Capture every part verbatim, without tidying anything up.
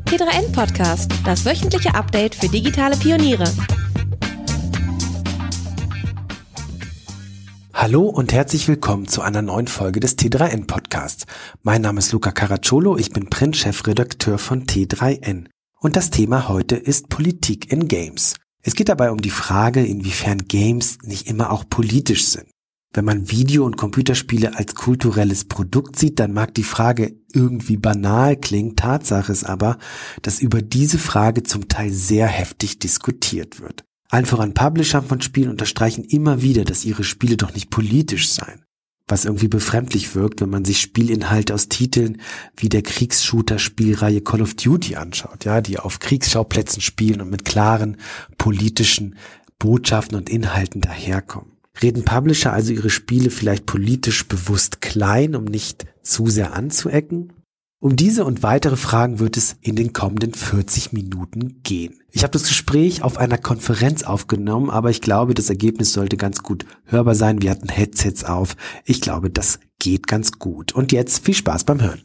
T drei N Podcast, das wöchentliche Update für digitale Pioniere. Hallo und herzlich willkommen zu einer neuen Folge des T drei N Podcasts. Mein Name ist Luca Caracciolo, ich bin Print-Chefredakteur von T drei N. Und das Thema heute ist Politik in Games. Es geht dabei um die Frage, inwiefern Games nicht immer auch politisch sind. Wenn man Video- und Computerspiele als kulturelles Produkt sieht, dann mag die Frage irgendwie banal klingen. Tatsache ist aber, dass über diese Frage zum Teil sehr heftig diskutiert wird. Allen voran Publisher von Spielen unterstreichen immer wieder, dass ihre Spiele doch nicht politisch seien. Was irgendwie befremdlich wirkt, wenn man sich Spielinhalte aus Titeln wie der Kriegsshooter-Spielreihe Call of Duty anschaut, ja, die auf Kriegsschauplätzen spielen und mit klaren politischen Botschaften und Inhalten daherkommen. Reden Publisher also ihre Spiele vielleicht politisch bewusst klein, um nicht zu sehr anzuecken? Um diese und weitere Fragen wird es in den kommenden vierzig Minuten gehen. Ich habe das Gespräch auf einer Konferenz aufgenommen, aber ich glaube, das Ergebnis sollte ganz gut hörbar sein. Wir hatten Headsets auf. Ich glaube, das geht ganz gut. Und jetzt viel Spaß beim Hören.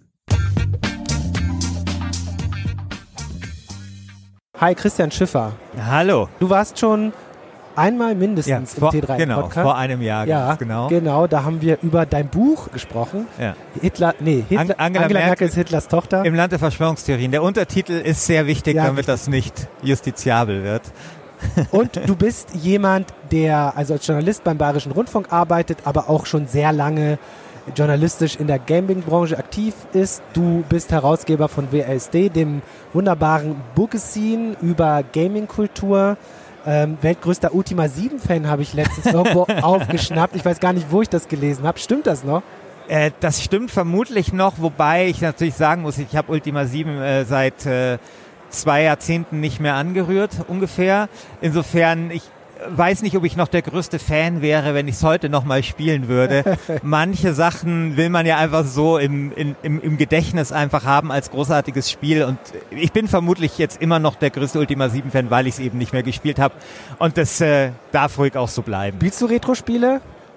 Hi, Christian Schiffer. Hallo. Du warst schon einmal mindestens ja, vor, im T drei N Podcast. Genau, vor einem Jahr. Ja, genau. Genau, da haben wir über dein Buch gesprochen. Ja. Hitler, nee, Hitler, Angela, Angela Merkel, Merkel ist Hitlers Tochter. Im Land der Verschwörungstheorien. Der Untertitel ist sehr wichtig, ja, damit das nicht justiziabel wird. Und du bist jemand, der also als Journalist beim Bayerischen Rundfunk arbeitet, aber auch schon sehr lange journalistisch in der Gaming-Branche aktiv ist. Du bist Herausgeber von W A S D, dem wunderbaren Bookazine über Gaming-Kultur. Ähm, weltgrößter Ultima sieben Fan habe ich letztens irgendwo aufgeschnappt. Ich weiß gar nicht, wo ich das gelesen habe. Stimmt das noch? Äh, das stimmt vermutlich noch, wobei ich natürlich sagen muss, ich habe Ultima sieben äh, seit äh, zwei Jahrzehnten nicht mehr angerührt, ungefähr. Insofern, ich weiß nicht, ob ich noch der größte Fan wäre, wenn ich es heute noch mal spielen würde. Manche Sachen will man ja einfach so im, in, im, im Gedächtnis einfach haben als großartiges Spiel und ich bin vermutlich jetzt immer noch der größte Ultima sieben Fan, weil ich es eben nicht mehr gespielt habe und das äh, darf ruhig auch so bleiben. Spielst du Retro-Spiele?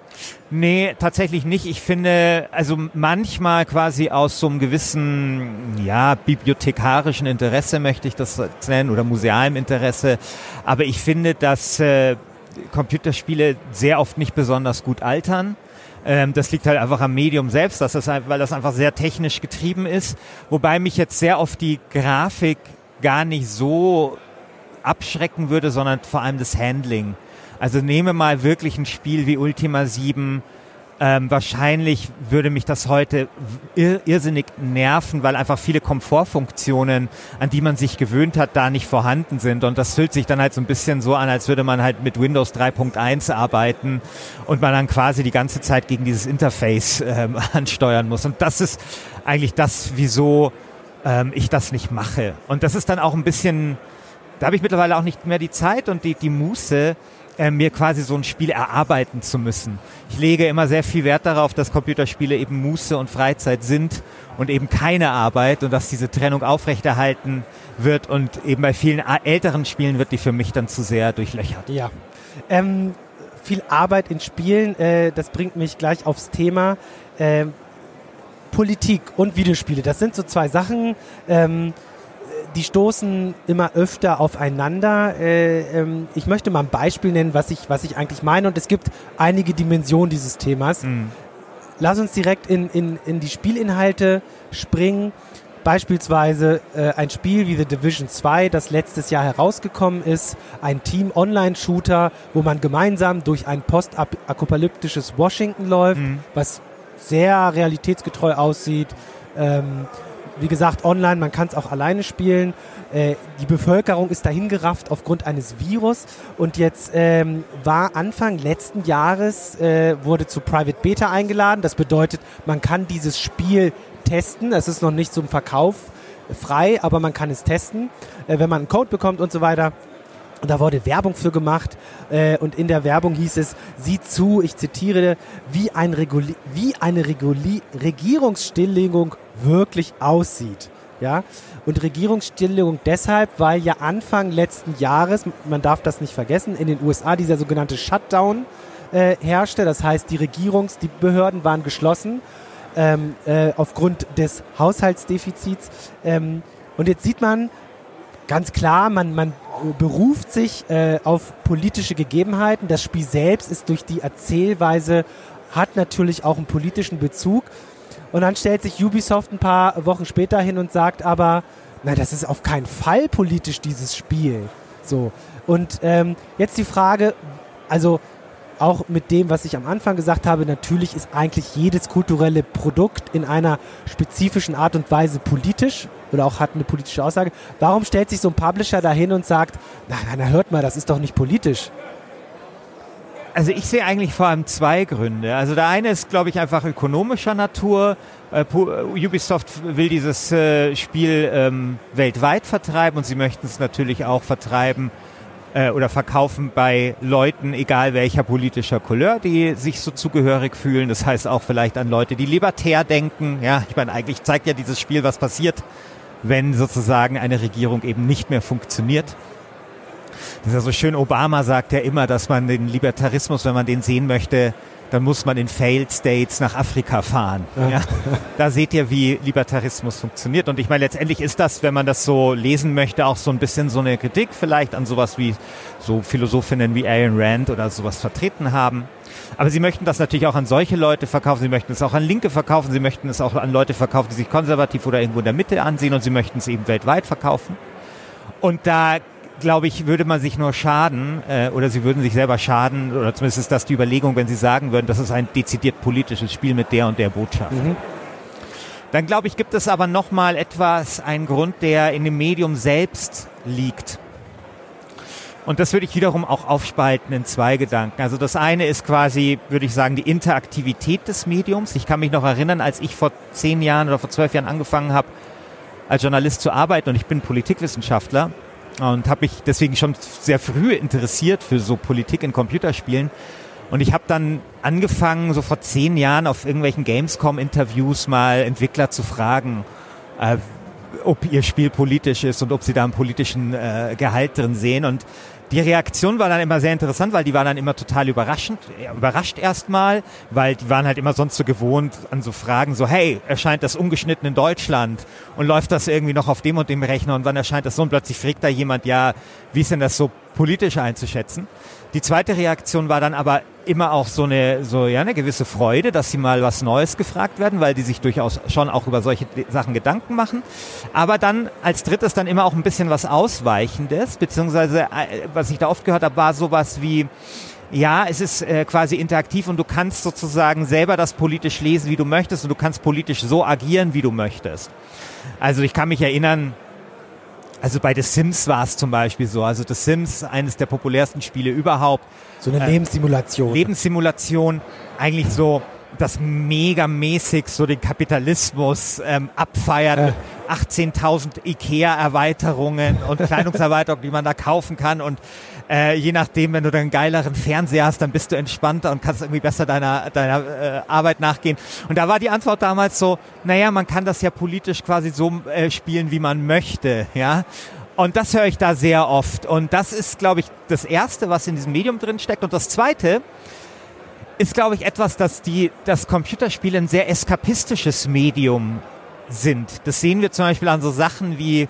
Nee, tatsächlich nicht. Ich finde, also manchmal quasi aus so einem gewissen, ja, bibliothekarischen Interesse möchte ich das nennen oder musealem Interesse. Aber ich finde, dass äh, Computerspiele sehr oft nicht besonders gut altern. Ähm, das liegt halt einfach am Medium selbst, dass das, weil das einfach sehr technisch getrieben ist. Wobei mich jetzt sehr oft die Grafik gar nicht so abschrecken würde, sondern vor allem das Handling. Also nehme mal wirklich ein Spiel wie Ultima sieben, ähm, wahrscheinlich würde mich das heute ir- irrsinnig nerven, weil einfach viele Komfortfunktionen, an die man sich gewöhnt hat, da nicht vorhanden sind und das fühlt sich dann halt so ein bisschen so an, als würde man halt mit Windows drei Punkt eins arbeiten und man dann quasi die ganze Zeit gegen dieses Interface ähm, ansteuern muss und das ist eigentlich das, wieso ähm, ich das nicht mache und das ist dann auch ein bisschen, da habe ich mittlerweile auch nicht mehr die Zeit und die, die Muße, Äh, mir quasi so ein Spiel erarbeiten zu müssen. Ich lege immer sehr viel Wert darauf, dass Computerspiele eben Muße und Freizeit sind und eben keine Arbeit und dass diese Trennung aufrechterhalten wird und eben bei vielen älteren Spielen wird die für mich dann zu sehr durchlöchert. Ja, ähm, viel Arbeit in Spielen, äh, das bringt mich gleich aufs Thema äh, Politik und Videospiele. Das sind so zwei Sachen, ähm, die stoßen immer öfter aufeinander. Äh, ähm, ich möchte mal ein Beispiel nennen, was ich, was ich eigentlich meine. Und es gibt einige Dimensionen dieses Themas. Mhm. Lass uns direkt in, in, in die Spielinhalte springen. Beispielsweise äh, ein Spiel wie The Division zwei, das letztes Jahr herausgekommen ist. Ein Team-Online-Shooter, wo man gemeinsam durch ein postapokalyptisches Washington läuft, mhm. was sehr realitätsgetreu aussieht. Ähm, Wie gesagt, online, man kann es auch alleine spielen. Äh, die Bevölkerung ist dahingerafft aufgrund eines Virus. Und jetzt ähm, war Anfang letzten Jahres, äh, wurde zu Private Beta eingeladen. Das bedeutet, man kann dieses Spiel testen. Es ist noch nicht zum Verkauf frei, aber man kann es testen, äh, wenn man einen Code bekommt und so weiter. Und da wurde Werbung für gemacht äh, und in der Werbung hieß es, sieh zu, ich zitiere, wie, ein Reguli- wie eine Reguli- Regierungsstilllegung wirklich aussieht. Ja? Und Regierungsstilllegung deshalb, weil ja Anfang letzten Jahres, man darf das nicht vergessen, in den U S A dieser sogenannte Shutdown äh, herrschte. Das heißt, die Regierungs-, die Behörden waren geschlossen ähm, äh, aufgrund des Haushaltsdefizits. Ähm, Und jetzt sieht man ganz klar, man, man beruft sich äh, auf politische Gegebenheiten. Das Spiel selbst ist durch die Erzählweise, hat natürlich auch einen politischen Bezug. Und dann stellt sich Ubisoft ein paar Wochen später hin und sagt aber, nein, das ist auf keinen Fall politisch, dieses Spiel. So. Und ähm, jetzt die Frage, also auch mit dem, was ich am Anfang gesagt habe, natürlich ist eigentlich jedes kulturelle Produkt in einer spezifischen Art und Weise politisch oder auch hat eine politische Aussage. Warum stellt sich so ein Publisher da hin und sagt, na, na, na, hört mal, das ist doch nicht politisch? Also ich sehe eigentlich vor allem zwei Gründe. Also der eine ist, glaube ich, einfach ökonomischer Natur. Äh, Ubisoft will dieses äh, Spiel ähm, weltweit vertreiben und sie möchten es natürlich auch vertreiben äh, oder verkaufen bei Leuten, egal welcher politischer Couleur, die sich so zugehörig fühlen. Das heißt auch vielleicht an Leute, die libertär denken. Ja, ich meine, eigentlich zeigt ja dieses Spiel, was passiert, wenn sozusagen eine Regierung eben nicht mehr funktioniert. Das ist ja so schön, Obama sagt ja immer, dass man den Libertarismus, wenn man den sehen möchte, dann muss man in Failed States nach Afrika fahren. Ja. Ja. Da seht ihr, wie Libertarismus funktioniert. Und ich meine, letztendlich ist das, wenn man das so lesen möchte, auch so ein bisschen so eine Kritik vielleicht an sowas wie so Philosophinnen wie Ayn Rand oder sowas vertreten haben. Aber sie möchten das natürlich auch an solche Leute verkaufen, sie möchten es auch an Linke verkaufen, sie möchten es auch an Leute verkaufen, die sich konservativ oder irgendwo in der Mitte ansehen und sie möchten es eben weltweit verkaufen. Und da glaube ich, würde man sich nur schaden äh, oder sie würden sich selber schaden oder zumindest ist das die Überlegung, wenn sie sagen würden, das ist ein dezidiert politisches Spiel mit der und der Botschaft. Mhm. Dann glaube ich, gibt es aber nochmal etwas, einen Grund, der in dem Medium selbst liegt. Und das würde ich wiederum auch aufspalten in zwei Gedanken. Also das eine ist quasi, würde ich sagen, die Interaktivität des Mediums. Ich kann mich noch erinnern, als ich vor zehn Jahren oder vor zwölf Jahren angefangen habe, als Journalist zu arbeiten und ich bin Politikwissenschaftler, und habe mich deswegen schon sehr früh interessiert für so Politik in Computerspielen. Und ich habe dann angefangen, so vor zehn Jahren auf irgendwelchen Gamescom-Interviews mal Entwickler zu fragen, äh, ob ihr Spiel politisch ist und ob sie da einen politischen äh, Gehalt drin sehen. Und die Reaktion war dann immer sehr interessant, weil die war dann immer total überraschend, überrascht erstmal, weil die waren halt immer sonst so gewohnt an so Fragen, so hey, erscheint das ungeschnitten in Deutschland und läuft das irgendwie noch auf dem und dem Rechner und wann erscheint das so und plötzlich fragt da jemand, ja, wie ist denn das so politisch einzuschätzen? Die zweite Reaktion war dann aber immer auch so eine, so, ja, eine gewisse Freude, dass sie mal was Neues gefragt werden, weil die sich durchaus schon auch über solche Sachen Gedanken machen. Aber dann als drittes dann immer auch ein bisschen was Ausweichendes, beziehungsweise was ich da oft gehört habe, war sowas wie, ja, es ist äh, quasi interaktiv und du kannst sozusagen selber das politisch lesen, wie du möchtest und du kannst politisch so agieren, wie du möchtest. Also ich kann mich erinnern, also bei The Sims war es zum Beispiel so. Also The Sims, eines der populärsten Spiele überhaupt. So eine äh, Lebenssimulation. Lebenssimulation, eigentlich so das megamäßig so den Kapitalismus ähm, abfeiert. Äh. achtzehntausend Ikea-Erweiterungen und Kleidungserweiterungen, die man da kaufen kann. Und äh, je nachdem, wenn du dann einen geileren Fernseher hast, dann bist du entspannter und kannst irgendwie besser deiner, deiner äh, Arbeit nachgehen. Und da war die Antwort damals so, naja, man kann das ja politisch quasi so äh, spielen, wie man möchte, ja. Und das höre ich da sehr oft. Und das ist, glaube ich, das Erste, was in diesem Medium drin steckt. Und das Zweite ist, glaube ich, etwas, dass die, das Computerspiele ein sehr eskapistisches Medium sind. Das sehen wir zum Beispiel an so Sachen wie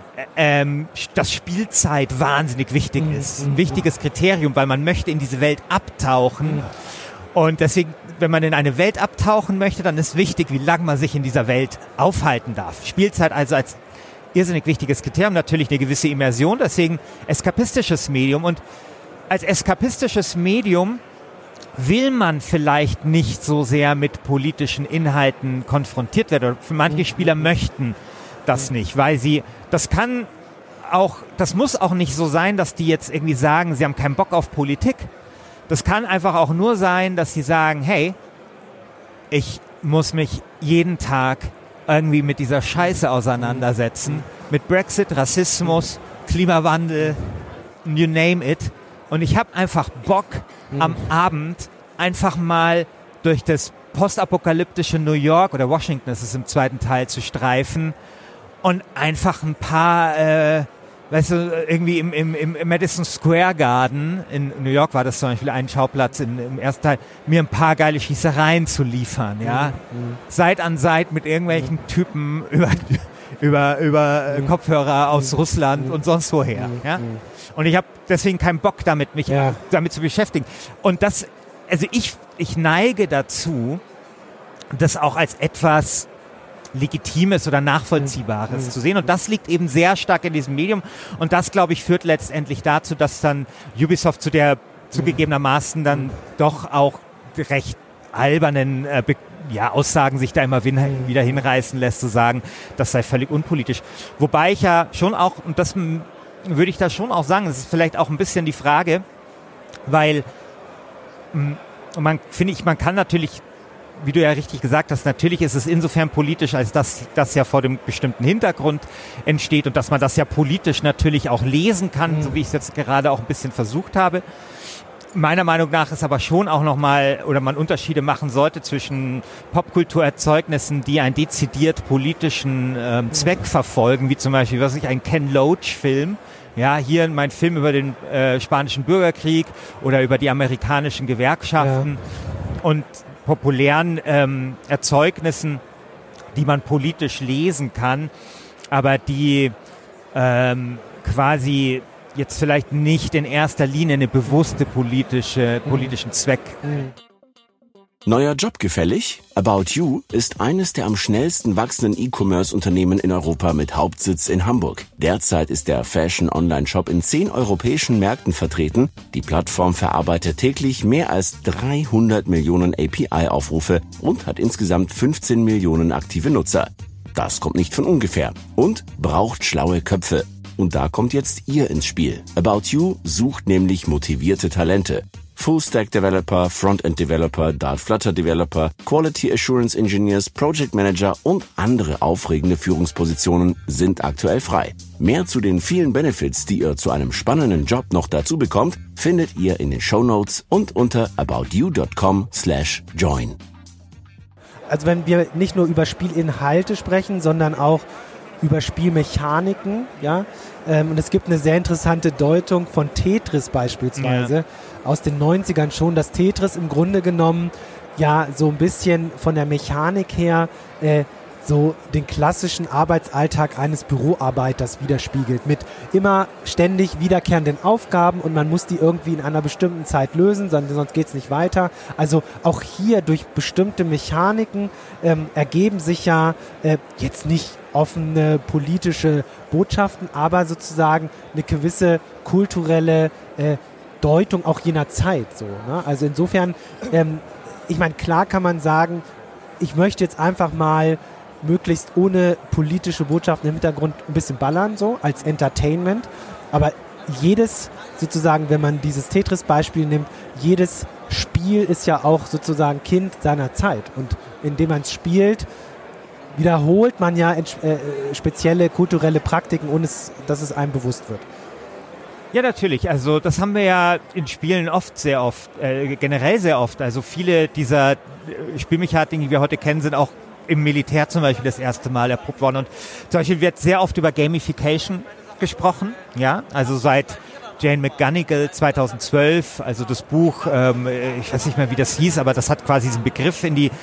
ähm, dass Spielzeit wahnsinnig wichtig ist. Ein wichtiges Kriterium, weil man möchte in diese Welt abtauchen. Und deswegen, wenn man in eine Welt abtauchen möchte, dann ist wichtig, wie lange man sich in dieser Welt aufhalten darf. Spielzeit also als irrsinnig wichtiges Kriterium, natürlich eine gewisse Immersion, deswegen eskapistisches Medium. Und als eskapistisches Medium will man vielleicht nicht so sehr mit politischen Inhalten konfrontiert werden. Für manche Spieler möchten das nicht, weil sie, das kann auch, das muss auch nicht so sein, dass die jetzt irgendwie sagen, sie haben keinen Bock auf Politik. Das kann einfach auch nur sein, dass sie sagen, hey, ich muss mich jeden Tag irgendwie mit dieser Scheiße auseinandersetzen, mit Brexit, Rassismus, Klimawandel, you name it. Und ich habe einfach Bock, mhm. am Abend einfach mal durch das postapokalyptische New York oder Washington, das ist im zweiten Teil, zu streifen und einfach ein paar, äh, weißt du, irgendwie im, im, im Madison Square Garden, in New York war das zum Beispiel ein Schauplatz in, im ersten Teil, mir ein paar geile Schießereien zu liefern, ja. Mhm. Seit an Seit mit irgendwelchen mhm. Typen über, über, über mhm. Kopfhörer aus mhm. Russland mhm. und sonst woher. Mhm. Ja? Und ich habe deswegen keinen Bock damit, mich ja. damit zu beschäftigen. Und das, also ich, ich neige dazu, das auch als etwas Legitimes oder Nachvollziehbares mhm. zu sehen. Und das liegt eben sehr stark in diesem Medium. Und das, glaube ich, führt letztendlich dazu, dass dann Ubisoft zu der zugegebenermaßen dann mhm. doch auch recht albernen äh, Be- ja, Aussagen sich da immer win- mhm. wieder hinreißen lässt, zu sagen, das sei völlig unpolitisch. Wobei ich ja schon auch, und das m- würde ich da schon auch sagen, das ist vielleicht auch ein bisschen die Frage, weil m- man, finde ich, man kann natürlich, wie du ja richtig gesagt hast, natürlich ist es insofern politisch, als dass das ja vor dem bestimmten Hintergrund entsteht und dass man das ja politisch natürlich auch lesen kann, mhm. so wie ich es jetzt gerade auch ein bisschen versucht habe. Meiner Meinung nach ist aber schon auch nochmal, oder man Unterschiede machen sollte zwischen Popkulturerzeugnissen, die einen dezidiert politischen ähm, Zweck verfolgen, wie zum Beispiel, was weiß ich, ein Ken Loach-Film. Ja, hier mein Film über den äh, spanischen Bürgerkrieg oder über die amerikanischen Gewerkschaften ja. und populären ähm, Erzeugnissen, die man politisch lesen kann, aber die ähm, quasi jetzt vielleicht nicht in erster Linie eine bewusste politische, politischen Zweck. Neuer Job gefällig? About You ist eines der am schnellsten wachsenden E-Commerce-Unternehmen in Europa mit Hauptsitz in Hamburg. Derzeit ist der Fashion-Online-Shop in zehn europäischen Märkten vertreten. Die Plattform verarbeitet täglich mehr als dreihundert Millionen A P I-Aufrufe und hat insgesamt fünfzehn Millionen aktive Nutzer. Das kommt nicht von ungefähr und braucht schlaue Köpfe. Und da kommt jetzt ihr ins Spiel. About You sucht nämlich motivierte Talente. Full-Stack-Developer, Frontend-Developer, Dart-Flutter-Developer, Quality Assurance Engineers, Project Manager und andere aufregende Führungspositionen sind aktuell frei. Mehr zu den vielen Benefits, die ihr zu einem spannenden Job noch dazu bekommt, findet ihr in den Shownotes und unter aboutyou dot com slash join. Also wenn wir nicht nur über Spielinhalte sprechen, sondern auch über Spielmechaniken, ja, ähm, und es gibt eine sehr interessante Deutung von Tetris beispielsweise, ja. aus den neunzigern schon, dass Tetris im Grunde genommen ja so ein bisschen von der Mechanik her äh, so den klassischen Arbeitsalltag eines Büroarbeiters widerspiegelt, mit immer ständig wiederkehrenden Aufgaben und man muss die irgendwie in einer bestimmten Zeit lösen, sonst geht es nicht weiter. Also auch hier durch bestimmte Mechaniken ähm, ergeben sich ja äh, jetzt nicht offene politische Botschaften, aber sozusagen eine gewisse kulturelle äh, Deutung auch jener Zeit. So, ne? Also insofern, ähm, ich meine, klar kann man sagen, ich möchte jetzt einfach mal möglichst ohne politische Botschaften im Hintergrund ein bisschen ballern, so als Entertainment. Aber jedes, sozusagen, wenn man dieses Tetris-Beispiel nimmt, jedes Spiel ist ja auch sozusagen Kind seiner Zeit. Und indem man es spielt, wiederholt man ja äh, spezielle kulturelle Praktiken, ohne es, dass es einem bewusst wird. Ja, natürlich. Also das haben wir ja in Spielen oft, sehr oft, äh, generell sehr oft. Also viele dieser Spielmechaniken, die wir heute kennen, sind auch im Militär zum Beispiel das erste Mal erprobt worden. Und zum Beispiel wird sehr oft über Gamification gesprochen. Ja, also seit Jane McGonigal zweitausendzwölf, also das Buch, ähm, ich weiß nicht mehr, wie das hieß, aber das hat quasi diesen Begriff in die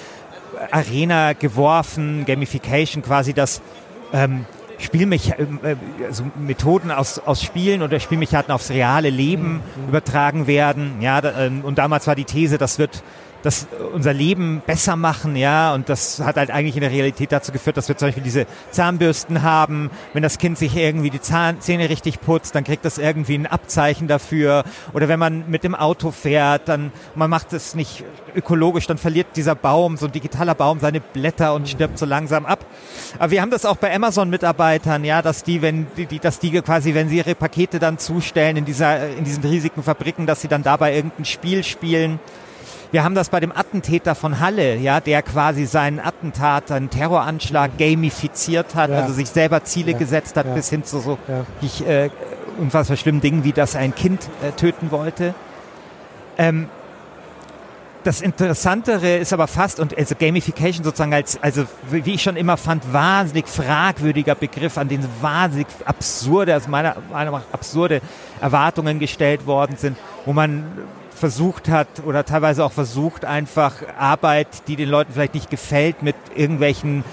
Arena geworfen, Gamification, quasi das ähm, Spielmech- äh, also Methoden aus, aus Spielen oder Spielmechaniken aufs reale Leben mhm. übertragen werden. Ja, da, ähm, und damals war die These, das wird das unser Leben besser machen, ja, und das hat halt eigentlich in der Realität dazu geführt, dass wir zum Beispiel diese Zahnbürsten haben. Wenn das Kind sich irgendwie die Zahn- Zähne richtig putzt, dann kriegt das irgendwie ein Abzeichen dafür. Oder wenn man mit dem Auto fährt, dann man macht es nicht ökologisch, dann verliert dieser Baum, so ein digitaler Baum, seine Blätter und stirbt so langsam ab. Aber wir haben das auch bei Amazon-Mitarbeitern, ja, dass die, wenn die, die, dass die quasi, wenn sie ihre Pakete dann zustellen in dieser, in diesen riesigen Fabriken, dass sie dann dabei irgendein Spiel spielen. Wir haben das bei dem Attentäter von Halle, ja, der quasi seinen Attentat, einen Terroranschlag gamifiziert hat, ja. also sich selber Ziele ja. gesetzt hat, ja. bis hin zu so ja. ich, äh, unfassbar schlimmen Dingen, wie dass er ein Kind äh, töten wollte. Ähm, das Interessantere ist aber fast, und also Gamification sozusagen als, also wie ich schon immer fand, wahnsinnig fragwürdiger Begriff, an den wahnsinnig absurde, also meiner Meinung nach absurde Erwartungen gestellt worden sind, wo man versucht hat oder teilweise auch versucht, einfach Arbeit, die den Leuten vielleicht nicht gefällt, mit irgendwelchen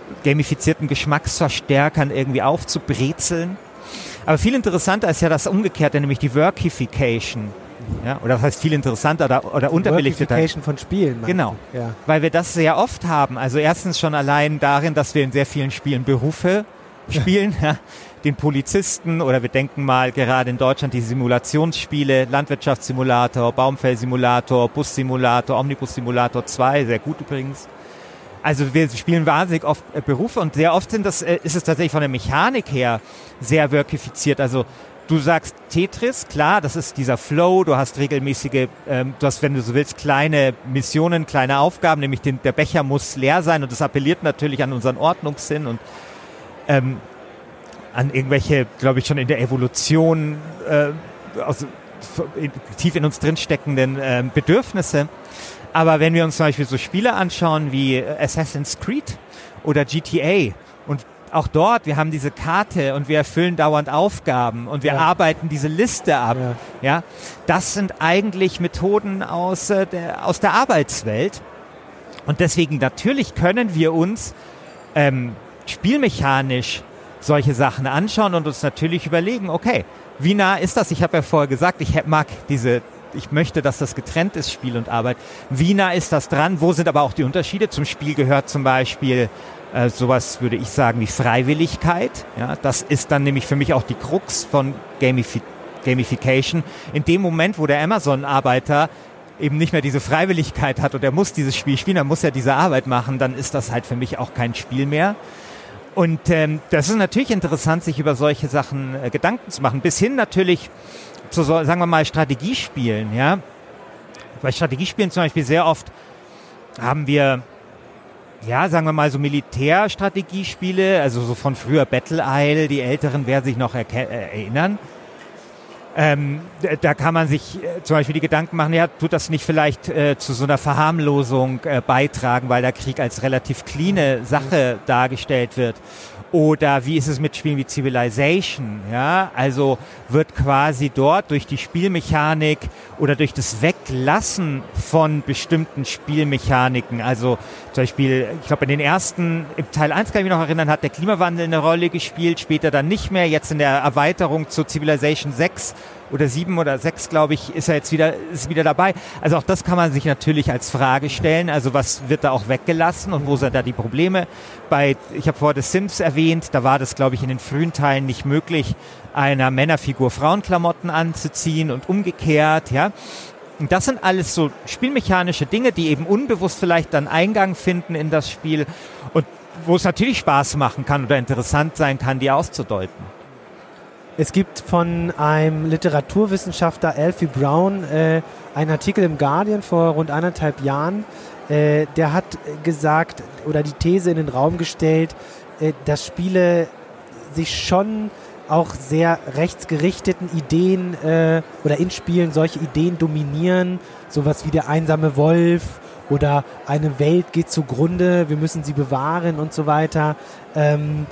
gamifizierten Geschmacksverstärkern irgendwie aufzubrezeln. Aber viel interessanter ist ja das Umgekehrte, nämlich die Workification. Ja, oder das heißt viel interessanter oder, oder unterbelichtet. Workification von Spielen. Genau, ja. Weil wir das sehr oft haben. Also erstens schon allein darin, dass wir in sehr vielen Spielen Berufe spielen. Ja. Den Polizisten oder wir denken mal gerade in Deutschland die Simulationsspiele, Landwirtschaftssimulator, Baumfellsimulator, Bussimulator, Omnibus-Simulator zwei, sehr gut übrigens. Also wir spielen wahnsinnig oft äh, Berufe und sehr oft sind das, äh, ist es tatsächlich von der Mechanik her sehr workifiziert. Also du sagst Tetris, klar, das ist dieser Flow, du hast regelmäßige, ähm, du hast, wenn du so willst, kleine Missionen, kleine Aufgaben, nämlich den, der Becher muss leer sein und das appelliert natürlich an unseren Ordnungssinn und ähm, an irgendwelche, glaube ich, schon in der Evolution äh, aus, in, tief in uns drinsteckenden äh, Bedürfnisse. Aber wenn wir uns zum Beispiel so Spiele anschauen wie Assassin's Creed oder G T A und auch dort, wir haben diese Karte und wir erfüllen dauernd Aufgaben und wir ja. arbeiten diese Liste ab. Ja. ja, das sind eigentlich Methoden aus, äh, der, aus der Arbeitswelt. Und deswegen natürlich können wir uns ähm, spielmechanisch solche Sachen anschauen und uns natürlich überlegen, okay, wie nah ist das? Ich habe ja vorher gesagt, ich mag diese, ich möchte, dass das getrennt ist, Spiel und Arbeit. Wie nah ist das dran? Wo sind aber auch die Unterschiede? Zum Spiel gehört zum Beispiel äh, sowas, würde ich sagen, wie Freiwilligkeit. Ja, das ist dann nämlich für mich auch die Krux von Gamifi- Gamification. In dem Moment, wo der Amazon-Arbeiter eben nicht mehr diese Freiwilligkeit hat und er muss dieses Spiel spielen, er muss ja diese Arbeit machen, dann ist das halt für mich auch kein Spiel mehr. Und ähm, das ist natürlich interessant, sich über solche Sachen äh, Gedanken zu machen, bis hin natürlich zu, so, sagen wir mal, Strategiespielen. Ja? Bei Strategiespielen zum Beispiel sehr oft haben wir, ja, sagen wir mal, so Militärstrategiespiele, also so von früher Battle Isle, die Älteren werden sich noch erke- äh, erinnern. Ähm, da kann man sich äh, zum Beispiel die Gedanken machen, ja, tut das nicht vielleicht äh, zu so einer Verharmlosung äh, beitragen, weil der Krieg als relativ cleane Sache dargestellt wird. Oder wie ist es mit Spielen wie Civilization? Ja, also wird quasi dort durch die Spielmechanik oder durch das Weglassen von bestimmten Spielmechaniken, also zum Beispiel, ich glaube in den ersten, im Teil eins kann ich mich noch erinnern, hat der Klimawandel eine Rolle gespielt, später dann nicht mehr, jetzt in der Erweiterung zu Civilization sechs oder sieben oder sechs, glaube ich, ist er jetzt wieder, ist wieder dabei. Also auch das kann man sich natürlich als Frage stellen. Also was wird da auch weggelassen und wo sind da die Probleme? Bei, ich habe vorher The Sims erwähnt, da war das, glaube ich, in den frühen Teilen nicht möglich, einer Männerfigur Frauenklamotten anzuziehen und umgekehrt, ja. Und das sind alles so spielmechanische Dinge, die eben unbewusst vielleicht dann Eingang finden in das Spiel und wo es natürlich Spaß machen kann oder interessant sein kann, die auszudeuten. Es gibt von einem Literaturwissenschaftler, Alfie Brown, äh, einen Artikel im Guardian vor rund anderthalb Jahren. Äh, der hat gesagt oder die These in den Raum gestellt, äh, dass Spiele sich schon auch sehr rechtsgerichteten Ideen äh, oder in Spielen solche Ideen dominieren, sowas wie der einsame Wolf oder eine Welt geht zugrunde, wir müssen sie bewahren und so weiter. Ähm,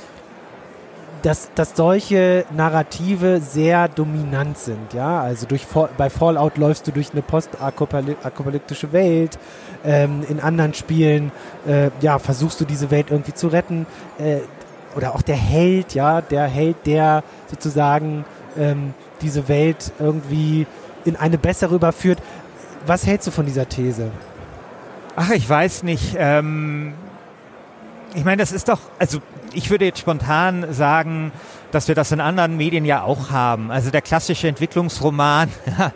Dass, dass solche Narrative sehr dominant sind, ja, also durch, bei Fallout läufst du durch eine postapokalyptische Welt, ähm, in anderen Spielen, äh, ja, versuchst du diese Welt irgendwie zu retten, äh, oder auch der Held, ja, der Held, der sozusagen ähm, diese Welt irgendwie in eine bessere überführt. Was hältst du von dieser These? Ach, ich weiß nicht, ähm, ich meine, das ist doch, also ich würde jetzt spontan sagen, dass wir das in anderen Medien ja auch haben. Also der klassische Entwicklungsroman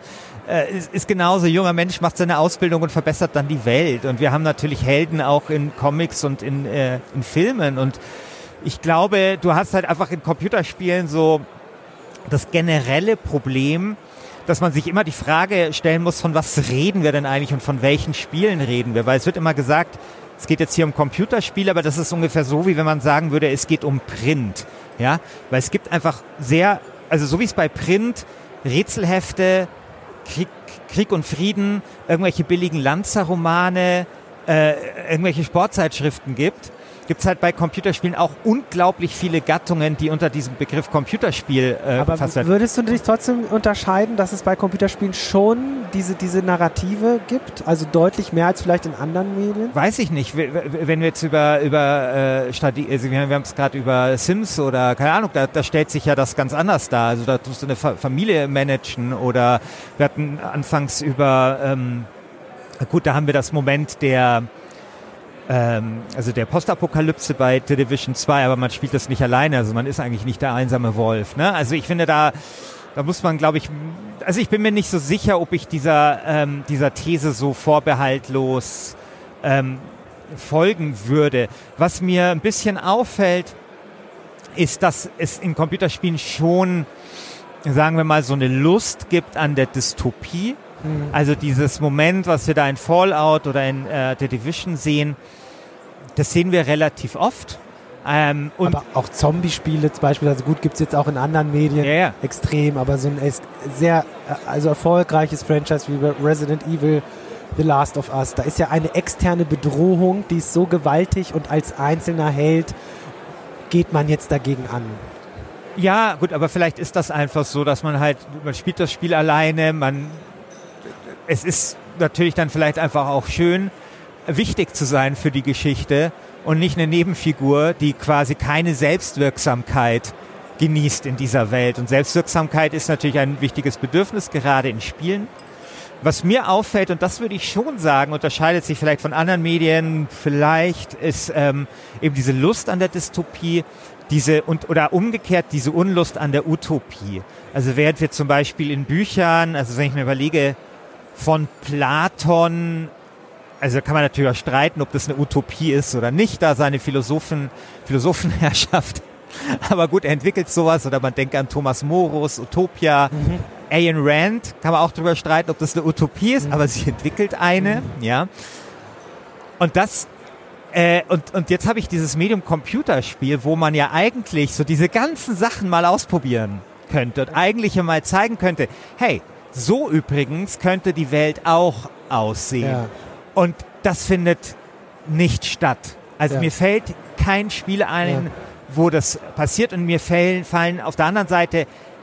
äh, ist, ist genauso, junger Mensch macht seine Ausbildung und verbessert dann die Welt. Und wir haben natürlich Helden auch in Comics und in, äh, in Filmen. Und ich glaube, du hast halt einfach in Computerspielen so das generelle Problem, dass man sich immer die Frage stellen muss, von was reden wir denn eigentlich und von welchen Spielen reden wir? Weil es wird immer gesagt, es geht jetzt hier um Computerspiele, aber das ist ungefähr so, wie wenn man sagen würde, es geht um Print. Ja, weil es gibt einfach sehr, also so wie es bei Print Rätselhefte, Krieg, Krieg und Frieden, irgendwelche billigen Lanzer-Romane, äh, irgendwelche Sportzeitschriften gibt, gibt es halt bei Computerspielen auch unglaublich viele Gattungen, die unter diesem Begriff Computerspiel äh, Aber gefasst werden. würdest du dich trotzdem unterscheiden, dass es bei Computerspielen schon diese, diese Narrative gibt? Also deutlich mehr als vielleicht in anderen Medien? Weiß ich nicht. Wenn wir jetzt über, über äh, Strategie, also wir haben es gerade über Sims oder keine Ahnung, da, da stellt sich ja das ganz anders dar. Also da tust du eine Fa- Familie managen oder wir hatten anfangs über, ähm, gut, da haben wir das Moment der Ähm, also der Postapokalypse bei The Division zwei, aber man spielt das nicht alleine, also man ist eigentlich nicht der einsame Wolf. Ne? Also ich finde, da, da muss man, glaube ich, also ich bin mir nicht so sicher, ob ich dieser, ähm, dieser These so vorbehaltlos ähm, folgen würde. Was mir ein bisschen auffällt, ist, dass es in Computerspielen schon, sagen wir mal, so eine Lust gibt an der Dystopie. Also dieses Moment, was wir da in Fallout oder in äh, The Division sehen, das sehen wir relativ oft. Ähm, und aber auch Zombie-Spiele zum Beispiel, also gut, gibt es jetzt auch in anderen Medien ja, ja. extrem, aber so ein sehr also erfolgreiches Franchise wie Resident Evil, The Last of Us, da ist ja eine externe Bedrohung, die ist so gewaltig und als einzelner Held geht man jetzt dagegen an. Ja, gut, aber vielleicht ist das einfach so, dass man halt, man spielt das Spiel alleine, man es ist natürlich dann vielleicht einfach auch schön, wichtig zu sein für die Geschichte und nicht eine Nebenfigur, die quasi keine Selbstwirksamkeit genießt in dieser Welt. Und Selbstwirksamkeit ist natürlich ein wichtiges Bedürfnis, gerade in Spielen. Was mir auffällt, und das würde ich schon sagen, unterscheidet sich vielleicht von anderen Medien, vielleicht ist ähm, eben diese Lust an der Dystopie, diese und oder umgekehrt diese Unlust an der Utopie. Also während wir zum Beispiel in Büchern, also wenn ich mir überlege, von Platon, also kann man natürlich auch streiten, ob das eine Utopie ist oder nicht, da seine Philosophen, Philosophenherrschaft. Aber gut, er entwickelt sowas, oder man denkt an Thomas Morus, Utopia. Mhm. Ayn Rand, kann man auch drüber streiten, ob das eine Utopie ist, mhm. aber sie entwickelt eine, mhm. ja. Und das, äh, und, und jetzt habe ich dieses Medium Computerspiel, wo man ja eigentlich so diese ganzen Sachen mal ausprobieren könnte und eigentlich ja mal zeigen könnte, hey, so übrigens könnte die Welt auch aussehen. Ja. Und das findet nicht statt. Also ja. mir fällt kein Spiel ein, ja. wo das passiert, und mir fallen, fallen auf der anderen Seite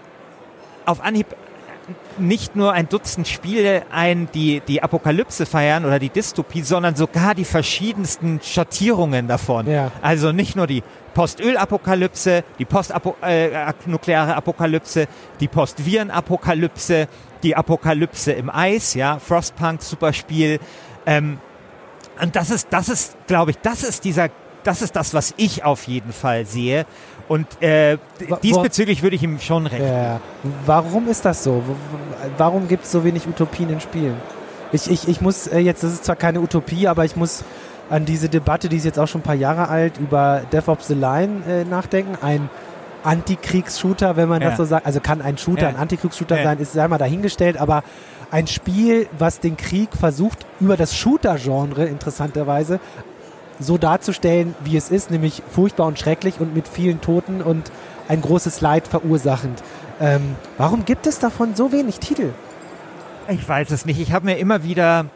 auf Anhieb nicht nur ein Dutzend Spiele ein, die die Apokalypse feiern oder die Dystopie, sondern sogar die verschiedensten Schattierungen davon. Ja. Also nicht nur die Postöl-Apokalypse, die postnukleare äh, Apokalypse, die Postviren-Apokalypse, die Apokalypse im Eis, ja, Frostpunk, super Spiel. Ähm, und das ist, das ist, glaube ich, das ist dieser, das ist das, was ich auf jeden Fall sehe. Und äh, diesbezüglich würde ich ihm schon recht. Ja. Warum ist das so? Warum gibt es so wenig Utopien in Spielen? Ich, ich, ich muss äh, jetzt, das ist zwar keine Utopie, aber ich muss an diese Debatte, die ist jetzt auch schon ein paar Jahre alt, über Death of the Line äh, nachdenken. Ein Antikriegs-Shooter, wenn man ja. das so sagt. Also kann ein Shooter ja. ein Antikriegs-Shooter ja. sein, ist sei mal dahingestellt, aber ein Spiel, was den Krieg versucht, über das Shooter-Genre interessanterweise so darzustellen, wie es ist, nämlich furchtbar und schrecklich und mit vielen Toten und ein großes Leid verursachend. Ähm, warum gibt es davon so wenig Titel? Ich weiß es nicht. Ich habe mir immer wieder,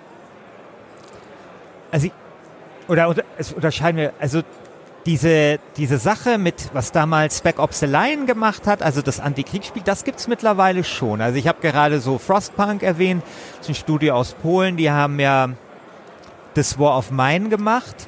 also ich, oder, oder es unterscheiden wir, also diese diese Sache mit, was damals Spec Ops The Line gemacht hat, also das Antikriegsspiel, das gibt's mittlerweile schon. Also ich habe gerade so Frostpunk erwähnt, das ist ein Studio aus Polen, die haben ja das War of Mine gemacht.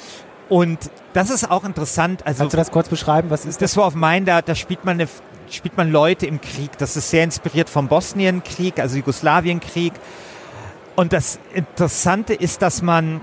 Und das ist auch interessant. Also kannst du das kurz beschreiben? Was ist das? Das War of Mine, da, da spielt man eine, spielt man Leute im Krieg. Das ist sehr inspiriert vom Bosnienkrieg, also Jugoslawienkrieg. Und das Interessante ist, dass man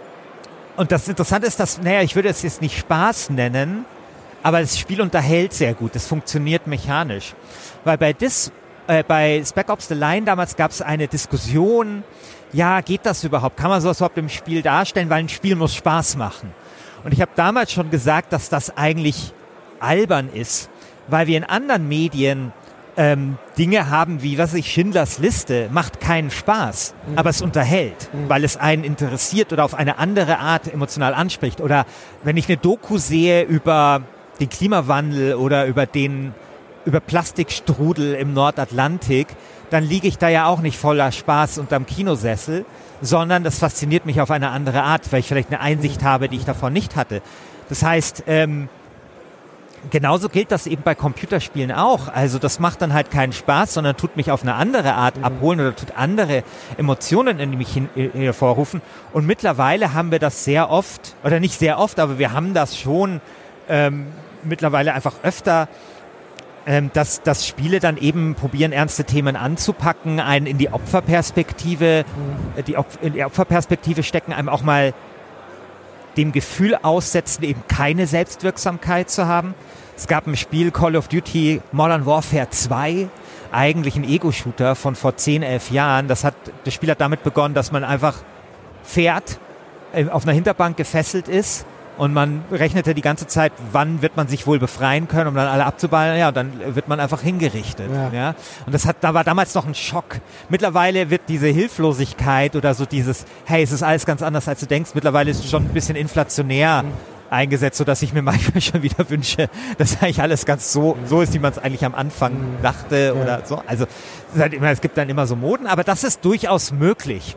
und das Interessante ist, dass, naja, ich würde es jetzt nicht Spaß nennen, aber das Spiel unterhält sehr gut. Das funktioniert mechanisch. Weil bei Dis, äh, bei Spec Ops The Line damals gab es eine Diskussion, ja, geht das überhaupt? Kann man sowas überhaupt im Spiel darstellen? Weil ein Spiel muss Spaß machen. Und ich habe damals schon gesagt, dass das eigentlich albern ist, weil wir in anderen Medien ähm, Dinge haben wie, was weiß ich, Schindlers Liste, macht keinen Spaß, mhm. aber es unterhält, mhm. weil es einen interessiert oder auf eine andere Art emotional anspricht. Oder wenn ich eine Doku sehe über den Klimawandel oder über den über Plastikstrudel im Nordatlantik, dann liege ich da ja auch nicht voller Spaß unterm Kinosessel, sondern das fasziniert mich auf eine andere Art, weil ich vielleicht eine Einsicht habe, die ich davon nicht hatte. Das heißt, ähm, genauso gilt das eben bei Computerspielen auch. Also das macht dann halt keinen Spaß, sondern tut mich auf eine andere Art mhm. abholen oder tut andere Emotionen in mich hin, äh, hervorrufen. Und mittlerweile haben wir das sehr oft, oder nicht sehr oft, aber wir haben das schon ähm, mittlerweile einfach öfter, ähm, dass, dass Spiele dann eben probieren, ernste Themen anzupacken, einen in die Opferperspektive, mhm. äh, die Op- in die Opferperspektive stecken, einem auch mal dem Gefühl aussetzen, eben keine Selbstwirksamkeit zu haben. Es gab ein Spiel, Call of Duty Modern Warfare zwei, eigentlich ein Ego-Shooter von vor zehn, elf Jahren. Das, hat, das Spiel hat damit begonnen, dass man einfach fährt, auf einer Hinterbank gefesselt ist und man rechnete die ganze Zeit, wann wird man sich wohl befreien können, um dann alle abzuballen. Ja, dann wird man einfach hingerichtet. Ja. Ja. Und das hat, da war damals noch ein Schock. Mittlerweile wird diese Hilflosigkeit oder so dieses, hey, es ist alles ganz anders, als du denkst, mittlerweile ist es schon ein bisschen inflationär mhm. eingesetzt, sodass ich mir manchmal schon wieder wünsche, dass eigentlich alles ganz so, so ist, wie man es eigentlich am Anfang mhm. dachte ja. oder so. Also es, ist halt immer, es gibt dann immer so Moden, aber das ist durchaus möglich.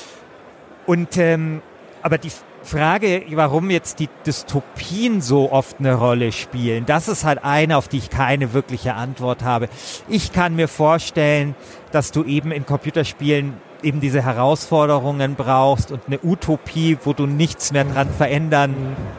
Und ähm, aber die Frage, warum jetzt die Dystopien so oft eine Rolle spielen, das ist halt eine, auf die ich keine wirkliche Antwort habe. Ich kann mir vorstellen, dass du eben in Computerspielen eben diese Herausforderungen brauchst und eine Utopie, wo du nichts mehr dran verändern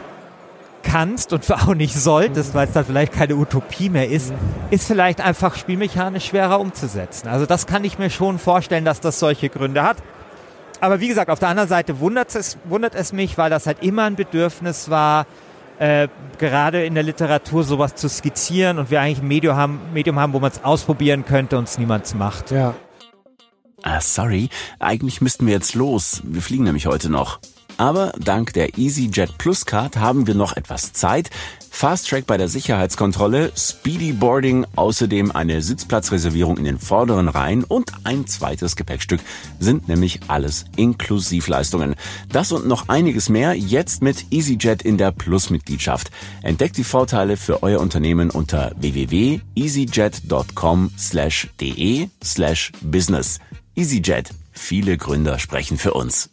kannst und auch nicht solltest, weil es dann vielleicht keine Utopie mehr ist, ist vielleicht einfach spielmechanisch schwerer umzusetzen. Also das kann ich mir schon vorstellen, dass das solche Gründe hat. Aber wie gesagt, auf der anderen Seite wundert es, wundert es mich, weil das halt immer ein Bedürfnis war, äh, gerade in der Literatur sowas zu skizzieren und wir eigentlich ein Medium haben, Medium haben, wo man es ausprobieren könnte und es niemand macht. Ja. Ah, sorry, eigentlich müssten wir jetzt los. Wir fliegen nämlich heute noch. Aber dank der EasyJet Plus Card haben wir noch etwas Zeit. Fast Track bei der Sicherheitskontrolle, Speedy Boarding, außerdem eine Sitzplatzreservierung in den vorderen Reihen und ein zweites Gepäckstück sind nämlich alles Inklusivleistungen. Das und noch einiges mehr jetzt mit EasyJet in der Plus-Mitgliedschaft. Entdeckt die Vorteile für euer Unternehmen unter w w w punkt easyjet punkt com slash de slash business. EasyJet. Viele Gründer sprechen für uns.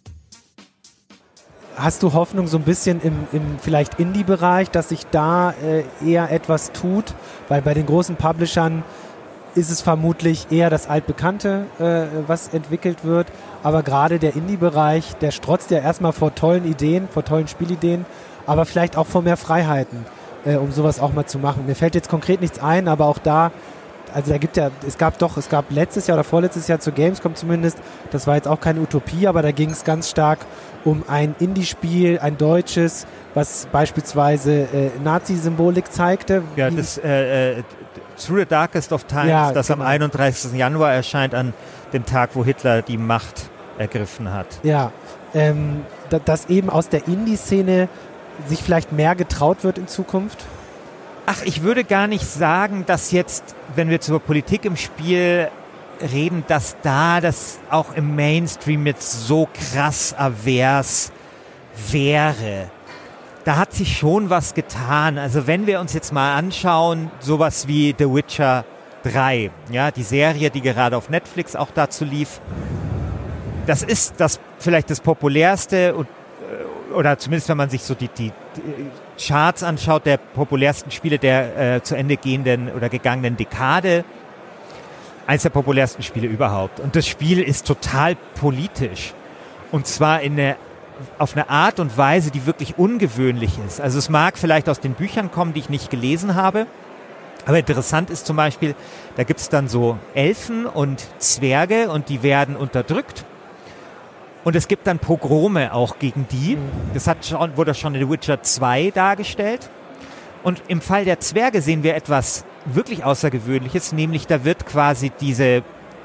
Hast du Hoffnung so ein bisschen im, im vielleicht Indie-Bereich, dass sich da äh, eher etwas tut? Weil bei den großen Publishern ist es vermutlich eher das Altbekannte, äh, was entwickelt wird. Aber gerade der Indie-Bereich, der strotzt ja erstmal vor tollen Ideen, vor tollen Spielideen, aber vielleicht auch vor mehr Freiheiten, äh, um sowas auch mal zu machen. Mir fällt jetzt konkret nichts ein, aber auch da, also da gibt ja, es gab doch, es gab letztes Jahr oder vorletztes Jahr zur Gamescom zumindest, das war jetzt auch keine Utopie, aber da ging es ganz stark um ein Indie-Spiel, ein deutsches, was beispielsweise äh, Nazi-Symbolik zeigte. Ja, das äh, äh, Through the Darkest of Times, ja, das genau. am einunddreißigsten Januar erscheint, an dem Tag, wo Hitler die Macht ergriffen hat. Ja, ähm, da, dass eben aus der Indie-Szene sich vielleicht mehr getraut wird in Zukunft? Ach, ich würde gar nicht sagen, dass jetzt, wenn wir zur Politik im Spiel reden, dass da das auch im Mainstream jetzt so krass avers wäre. Da hat sich schon was getan. Also wenn wir uns jetzt mal anschauen, sowas wie The Witcher drei, ja, die Serie, die gerade auf Netflix auch dazu lief, das ist das vielleicht das populärste und, oder zumindest wenn man sich so die, die, die Charts anschaut, der populärsten Spiele der äh, zu Ende gehenden oder gegangenen Dekade. Eines der populärsten Spiele überhaupt. Und das Spiel ist total politisch. Und zwar in eine, auf eine Art und Weise, die wirklich ungewöhnlich ist. Also es mag vielleicht aus den Büchern kommen, die ich nicht gelesen habe. Aber interessant ist zum Beispiel, da gibt es dann so Elfen und Zwerge und die werden unterdrückt. Und es gibt dann Pogrome auch gegen die. Das hat schon, wurde schon in The Witcher zwei dargestellt. Und im Fall der Zwerge sehen wir etwas wirklich Außergewöhnliches, nämlich da wird quasi diese äh,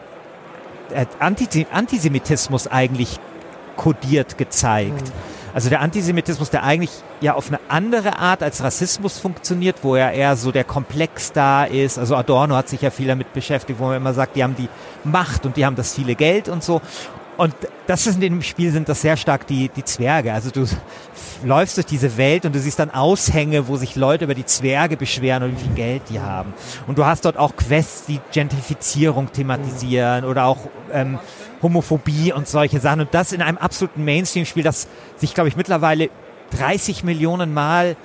Antis- Antisemitismus eigentlich kodiert gezeigt. Mhm. Also der Antisemitismus, der eigentlich ja auf eine andere Art als Rassismus funktioniert, wo er eher so der Komplex da ist. Also Adorno hat sich ja viel damit beschäftigt, wo man immer sagt, die haben die Macht und die haben das viele Geld und so. Und das ist in dem Spiel sind das sehr stark die, die Zwerge. Also du läufst durch diese Welt und du siehst dann Aushänge, wo sich Leute über die Zwerge beschweren und wie viel Geld die haben. Und du hast dort auch Quests, die Gentrifizierung thematisieren oder auch ähm, Homophobie und solche Sachen. Und das in einem absoluten Mainstream-Spiel, das sich, glaube ich, mittlerweile dreißig Millionen Mal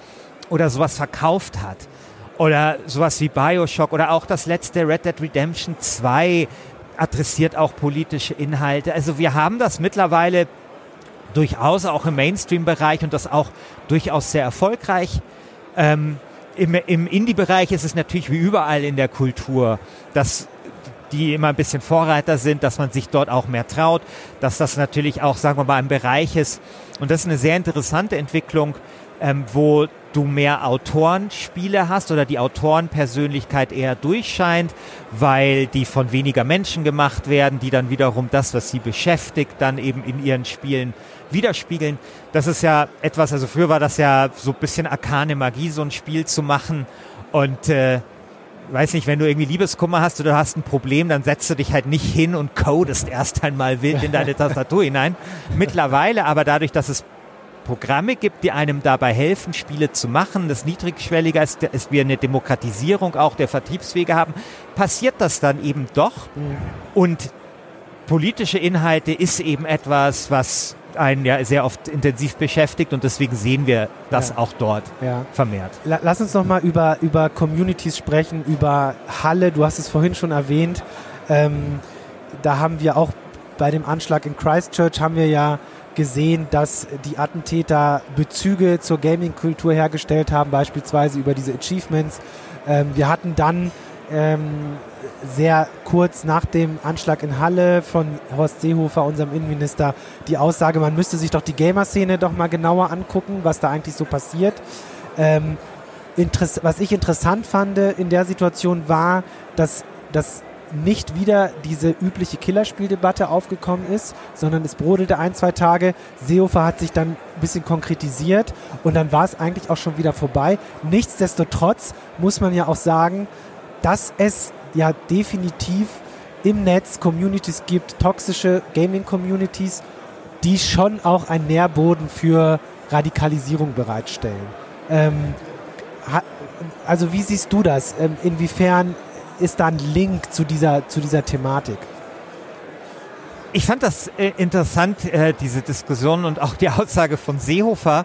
oder sowas verkauft hat. Oder sowas wie Bioshock oder auch das letzte Red Dead Redemption zwei adressiert auch politische Inhalte. Also wir haben das mittlerweile durchaus auch im Mainstream-Bereich und das auch durchaus sehr erfolgreich. Ähm, im, im Indie-Bereich ist es natürlich wie überall in der Kultur, dass die immer ein bisschen Vorreiter sind, dass man sich dort auch mehr traut, dass das natürlich auch, sagen wir mal, ein Bereich ist. Und das ist eine sehr interessante Entwicklung, ähm, wo du mehr Autorenspiele hast oder die Autorenpersönlichkeit eher durchscheint, weil die von weniger Menschen gemacht werden, die dann wiederum das, was sie beschäftigt, dann eben in ihren Spielen widerspiegeln. Das ist ja etwas, also früher war das ja so ein bisschen arkane Magie, so ein Spiel zu machen und äh, weiß nicht, wenn du irgendwie Liebeskummer hast oder hast ein Problem, dann setzt du dich halt nicht hin und codest erst einmal wild in deine Tastatur hinein. Mittlerweile aber dadurch, dass es Programme gibt, die einem dabei helfen, Spiele zu machen, das niedrigschwelliger ist, ist wir eine Demokratisierung auch der Vertriebswege haben, passiert das dann eben doch. Mhm. Und politische Inhalte ist eben etwas, was einen ja sehr oft intensiv beschäftigt und deswegen sehen wir das ja. auch dort ja. vermehrt. Lass uns noch mal über, über Communities sprechen, über Halle, du hast es vorhin schon erwähnt. Ähm, da haben wir auch bei dem Anschlag in Christchurch haben wir ja gesehen, dass die Attentäter Bezüge zur Gaming-Kultur hergestellt haben, beispielsweise über diese Achievements. Ähm, wir hatten dann ähm, sehr kurz nach dem Anschlag in Halle von Horst Seehofer, unserem Innenminister, die Aussage, man müsste sich doch die Gamer-Szene doch mal genauer angucken, was da eigentlich so passiert. Ähm, interess- was ich interessant fand in der Situation war, dass das nicht wieder diese übliche Killerspieldebatte aufgekommen ist, sondern es brodelte ein, zwei Tage. Seehofer hat sich dann ein bisschen konkretisiert und dann war es eigentlich auch schon wieder vorbei. Nichtsdestotrotz muss man ja auch sagen, dass es ja definitiv im Netz Communities gibt, toxische Gaming-Communities, die schon auch einen Nährboden für Radikalisierung bereitstellen. Ähm, ha, also wie siehst du das? Ähm, inwiefern ist da ein Link zu dieser, zu dieser Thematik? Ich fand das äh, interessant, äh, diese Diskussion und auch die Aussage von Seehofer.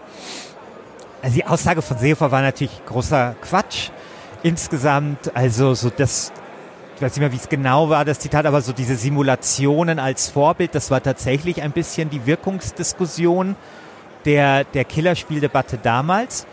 Also die Aussage von Seehofer war natürlich großer Quatsch insgesamt. Also so das, ich weiß nicht mehr, wie es genau war, das Zitat, aber so diese Simulationen als Vorbild, das war tatsächlich ein bisschen die Wirkungsdiskussion der, der Killerspieldebatte damals.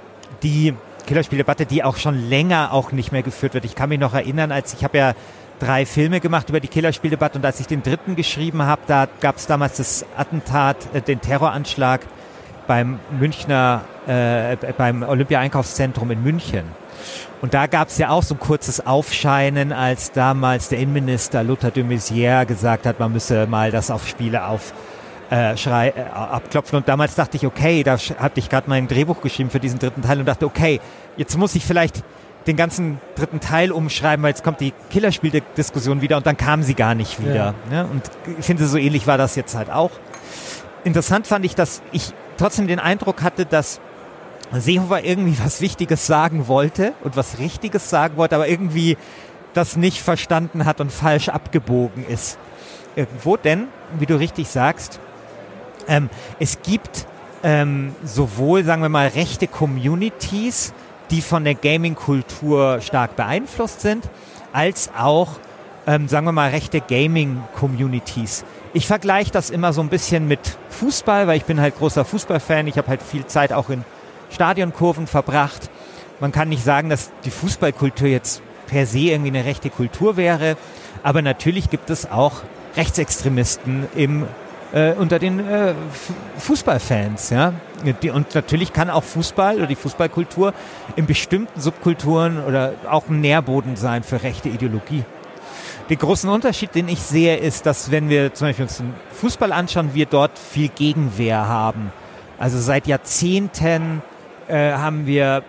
Die Killerspieldebatte, die auch schon länger auch nicht mehr geführt wird. Ich kann mich noch erinnern, als ich habe ja drei Filme gemacht über die Killerspieldebatte und als ich den dritten geschrieben habe, da gab es damals das Attentat, äh, den Terroranschlag beim Münchner, äh, beim Olympia-Einkaufszentrum in München. Und da gab es ja auch so ein kurzes Aufscheinen, als damals der Innenminister Lothar de Maizière gesagt hat, man müsse mal das auf Spiele auf Äh, Schrei, äh, abklopfen und damals dachte ich, okay, da hatte ich gerade mein Drehbuch geschrieben für diesen dritten Teil und dachte, okay, jetzt muss ich vielleicht den ganzen dritten Teil umschreiben, weil jetzt kommt die Killerspiel-Diskussion wieder und dann kam sie gar nicht wieder. Ja. Ne? Und ich finde, so ähnlich war das jetzt halt auch. Interessant fand ich, dass ich trotzdem den Eindruck hatte, dass Seehofer irgendwie was Wichtiges sagen wollte und was Richtiges sagen wollte, aber irgendwie das nicht verstanden hat und falsch abgebogen ist. Irgendwo, denn, wie du richtig sagst, Ähm, es gibt ähm, sowohl, sagen wir mal, rechte Communities, die von der Gaming-Kultur stark beeinflusst sind, als auch, ähm, sagen wir mal, rechte Gaming-Communities. Ich vergleiche das immer so ein bisschen mit Fußball, weil ich bin halt großer Fußballfan. Ich habe halt viel Zeit auch in Stadionkurven verbracht. Man kann nicht sagen, dass die Fußballkultur jetzt per se irgendwie eine rechte Kultur wäre, aber natürlich gibt es auch Rechtsextremisten im Äh, unter den äh, Fußballfans, ja. Die, und natürlich kann auch Fußball oder die Fußballkultur in bestimmten Subkulturen oder auch ein Nährboden sein für rechte Ideologie. Den großen Unterschied, den ich sehe, ist, dass wenn wir zum Beispiel uns den Fußball anschauen, wir dort viel Gegenwehr haben. Also seit Jahrzehnten äh, haben wir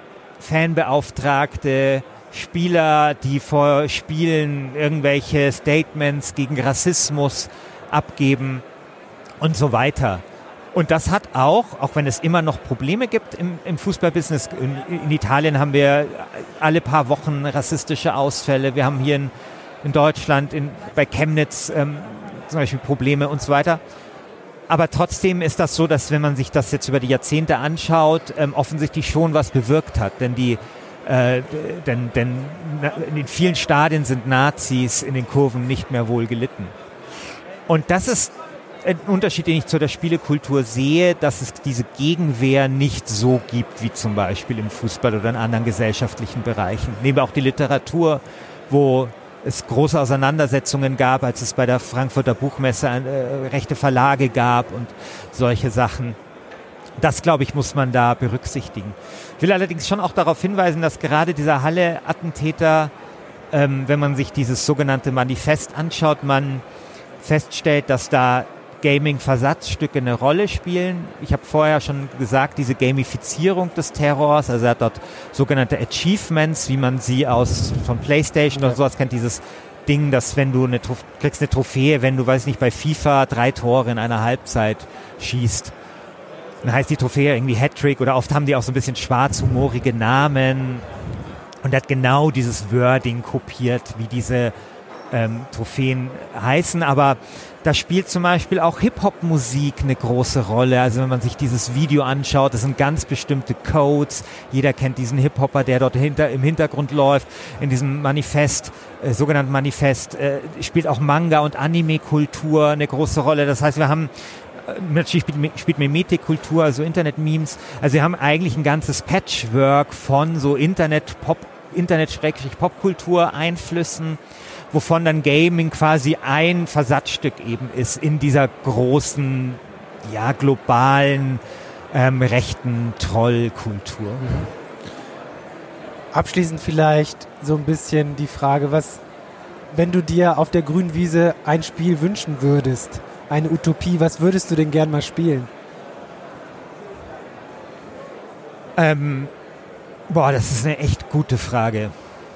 Fanbeauftragte, Spieler, die vor Spielen irgendwelche Statements gegen Rassismus abgeben und so weiter. Und das hat auch, auch wenn es immer noch Probleme gibt im, im Fußballbusiness, in, in Italien haben wir alle paar Wochen rassistische Ausfälle, wir haben hier in, in Deutschland, in, bei Chemnitz ähm, zum Beispiel Probleme und so weiter. aber trotzdem ist das so, dass wenn man sich das jetzt über die Jahrzehnte anschaut, ähm, offensichtlich schon was bewirkt hat. Denn die, äh, denn, denn in den vielen Stadien sind Nazis in den Kurven nicht mehr wohl gelitten. Und das ist ein Unterschied, den ich zu der Spielekultur sehe, dass es diese Gegenwehr nicht so gibt, wie zum Beispiel im Fußball oder in anderen gesellschaftlichen Bereichen. Nehmen wir auch die Literatur, wo es große Auseinandersetzungen gab, als es bei der Frankfurter Buchmesse äh, rechte Verlage gab und solche Sachen. Das, glaube ich, muss man da berücksichtigen. Ich will allerdings schon auch darauf hinweisen, dass gerade dieser Halle-Attentäter, ähm, wenn man sich dieses sogenannte Manifest anschaut, man feststellt, dass da Gaming-Versatzstücke eine Rolle spielen. Ich habe vorher schon gesagt, diese Gamifizierung des Terrors, also er hat dort sogenannte Achievements, wie man sie aus von PlayStation oder sowas kennt, dieses Ding, dass wenn du eine kriegst eine Trophäe, wenn du, weiß nicht, bei FIFA drei Tore in einer Halbzeit schießt. Dann heißt die Trophäe irgendwie Hattrick oder oft haben die auch so ein bisschen schwarzhumorige Namen und er hat genau dieses Wording kopiert, wie diese ähm, Trophäen heißen, aber da spielt zum Beispiel auch Hip-Hop-Musik eine große Rolle. Also wenn man sich dieses Video anschaut, das sind ganz bestimmte Codes. Jeder kennt diesen Hip-Hopper, der dort hinter, im Hintergrund läuft. In diesem Manifest, äh, sogenannten Manifest, äh, spielt auch Manga- und Anime-Kultur eine große Rolle. Das heißt, wir haben natürlich spielt, spielt Memetik-Kultur, also Internet-Memes. Also wir haben eigentlich ein ganzes Patchwork von so Internet-Pop, Internet-Popkultur-Einflüssen, wovon dann Gaming quasi ein Versatzstück eben ist in dieser großen, ja, globalen, ähm, rechten Trollkultur. Mhm. Abschließend vielleicht so ein bisschen die Frage, was, wenn du dir auf der grünen Wiese ein Spiel wünschen würdest, eine Utopie, was würdest du denn gern mal spielen? Ähm, boah, das ist eine echt gute Frage.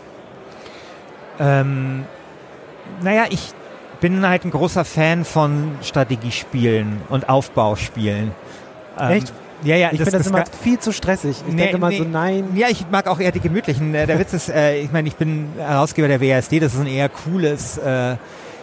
Ähm, Naja, ich bin halt ein großer Fan von Strategiespielen und Aufbauspielen. Echt? Ähm, ja, ja. Ich finde das, das immer viel zu stressig. Ich nee, denke mal nee, so, nein. Ja, ich mag auch eher die gemütlichen. Der Witz ist, äh, ich meine, ich bin Herausgeber der W A S D, das ist ein eher cooles äh,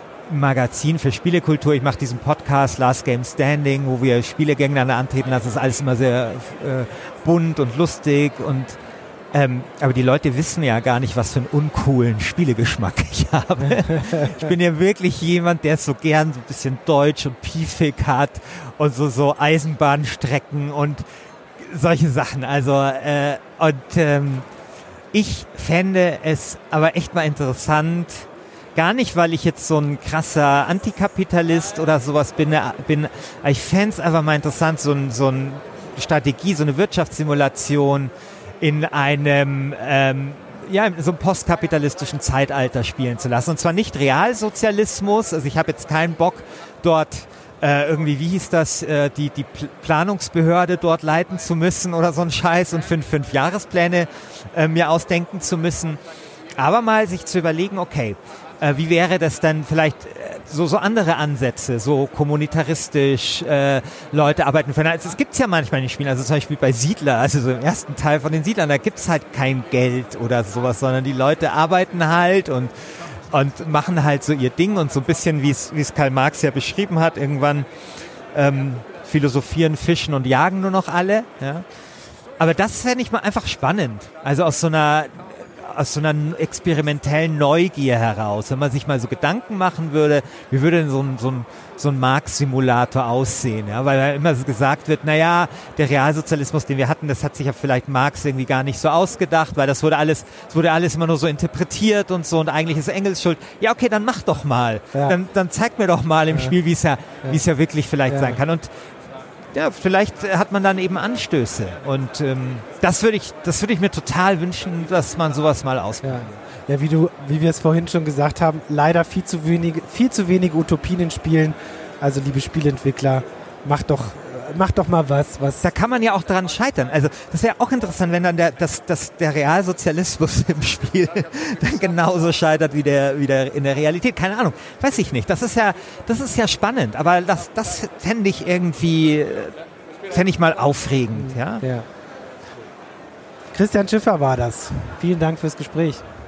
Magazin für Spielekultur. Ich mache diesen Podcast Last Game Standing, wo wir Spiele gegeneinander antreten. Das ist alles immer sehr äh, bunt und lustig und Ähm, aber die Leute wissen ja gar nicht, was für einen uncoolen Spielegeschmack ich habe. Ich bin ja wirklich jemand, der so gern so ein bisschen deutsch und piefig hat und so, so Eisenbahnstrecken und solche Sachen. Also, äh, und ähm, ich fände es aber echt mal interessant, gar nicht, weil ich jetzt so ein krasser Antikapitalist oder sowas bin, bin aber ich fände es einfach mal interessant, so ein, so eine Strategie, so eine Wirtschaftssimulation in einem ähm, ja, in so einem postkapitalistischen Zeitalter spielen zu lassen. Und zwar nicht Realsozialismus, also ich habe jetzt keinen Bock dort äh, irgendwie, wie hieß das, äh, die, die Pl- Planungsbehörde dort leiten zu müssen oder so ein Scheiß und fünf, fünf Jahrespläne äh, mir ausdenken zu müssen. Aber mal sich zu überlegen, okay, äh, wie wäre das dann vielleicht äh, so, so andere Ansätze, so kommunitaristisch äh, Leute arbeiten können. Also es gibt's ja manchmal in den Spielen, also zum Beispiel bei Siedler, also so im ersten Teil von den Siedlern, da gibt's halt kein Geld oder sowas, sondern die Leute arbeiten halt und und machen halt so ihr Ding und so ein bisschen, wie es wie es Karl Marx ja beschrieben hat, irgendwann ähm, philosophieren, fischen und jagen nur noch alle. Ja. Aber das fände ich mal einfach spannend. Also aus so einer aus so einer experimentellen Neugier heraus, wenn man sich mal so Gedanken machen würde, wie würde denn so ein, so ein, so ein Marx-Simulator aussehen, ja? Weil ja immer so gesagt wird, naja, der Realsozialismus, den wir hatten, das hat sich ja vielleicht Marx irgendwie gar nicht so ausgedacht, weil das wurde alles, es wurde alles immer nur so interpretiert und so und eigentlich ist Engels schuld. Ja, okay, dann mach doch mal. Ja. Dann, dann zeig mir doch mal im ja. Spiel, wie es ja, ja. wie es ja wirklich vielleicht ja. sein kann. Und ja, vielleicht hat man dann eben Anstöße und ähm, das würde ich, das würde ich mir total wünschen, dass man sowas mal ausprobiert. Ja. ja, wie du, wie wir es vorhin schon gesagt haben, leider viel zu wenige, viel zu wenige Utopien in Spielen. Also liebe Spieleentwickler, macht doch, macht doch mal was, was. Da kann man ja auch dran scheitern. Also das wäre auch interessant, wenn dann der, das, das, der Realsozialismus im Spiel dann genauso scheitert wie der, wie der in der Realität. Keine Ahnung, weiß ich nicht. Das ist ja, das ist ja spannend. Aber das, das fände ich irgendwie, fände ich mal aufregend. Ja? Ja. Christian Schiffer war das. Vielen Dank fürs Gespräch.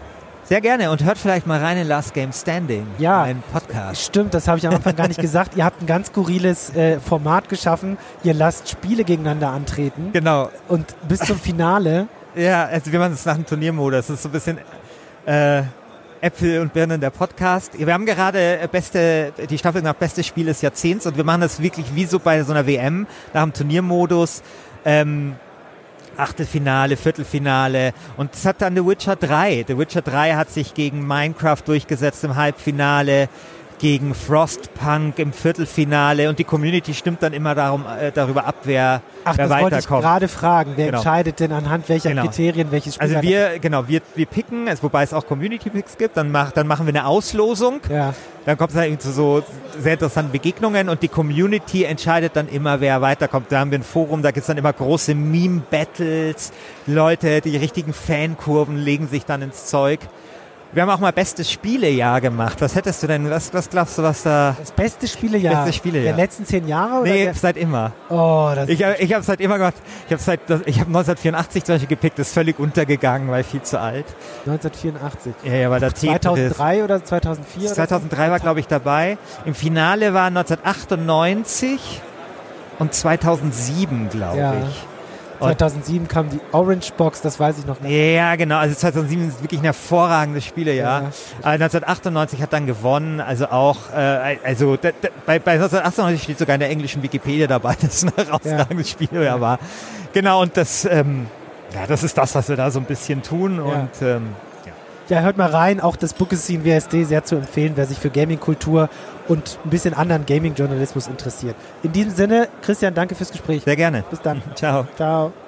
Sehr gerne und hört vielleicht mal rein in Last Game Standing, Ja. einen Podcast. Stimmt, das habe ich am Anfang gar nicht gesagt. Ihr habt ein ganz skurriles äh, Format geschaffen. Ihr lasst Spiele gegeneinander antreten. Genau. Und bis zum Finale. Ja, also wir machen das nach dem Turniermodus. Das ist so ein bisschen äh, Äpfel und Birnen der Podcast. Wir haben gerade beste, die Staffel nach Bestes Spiel des Jahrzehnts und wir machen das wirklich wie so bei so einer W M nach dem Turniermodus. Ähm, Achtelfinale, Viertelfinale und das hat dann The Witcher drei. The Witcher drei hat sich gegen Minecraft durchgesetzt im Halbfinale, gegen Frostpunk im Viertelfinale und die Community stimmt dann immer darum, äh, darüber ab, wer, Ach, wer das wollte ich weiterkommt. gerade fragen. Wer Genau. entscheidet denn anhand welcher Genau. Kriterien welches Spiel? Also wir, genau, wir, wir picken, also wobei es auch Community-Picks gibt, dann, mach, dann machen wir eine Auslosung, Ja. dann kommt es halt zu so sehr interessanten Begegnungen und die Community entscheidet dann immer, wer weiterkommt. Da haben wir ein Forum, da gibt es dann immer große Meme-Battles, Leute, die richtigen Fankurven legen sich dann ins Zeug. Wir haben auch mal Bestes Spielejahr gemacht. Was hättest du denn, was, was glaubst du, was da... Das beste Spielejahr Beste Spielejahr. der letzten zehn Jahre? Oder Nee, der? seit immer. Oh, das Ich habe ich hab seit immer gemacht. Ich habe seit, ich habe neunzehnhundertvierundachtzig zum Beispiel gepickt, ist völlig untergegangen, weil viel zu alt. neunzehnhundertvierundachtzig. Ja, ja, weil da zweitausenddrei oder zweitausendvier? oder zweitausenddrei war, glaube ich, dabei. Im Finale war neunzehnhundertachtundneunzig und zweitausendsieben, glaube Ja. ich. so? zweitausendsieben kam die Orange Box, das weiß ich noch nicht. Ja, genau. Also zweitausendsieben ist wirklich ein hervorragendes Spielejahr. Ja. Aber neunzehnhundertachtundneunzig hat dann gewonnen. Also auch, äh, also da, da, bei, bei neunzehnhundertachtundneunzig steht sogar in der englischen Wikipedia dabei, dass es ein herausragendes Ja. Spielejahr war. Genau, und das, ähm, ja, das ist das, was wir da so ein bisschen tun. Ja. Und ähm, Ja, hört mal rein. Auch das Book is Scene W S D sehr zu empfehlen, wer sich für Gaming-Kultur und ein bisschen anderen Gaming-Journalismus interessiert. In diesem Sinne, Christian, danke fürs Gespräch. sehr gerne. Bis dann. Ciao. Ciao.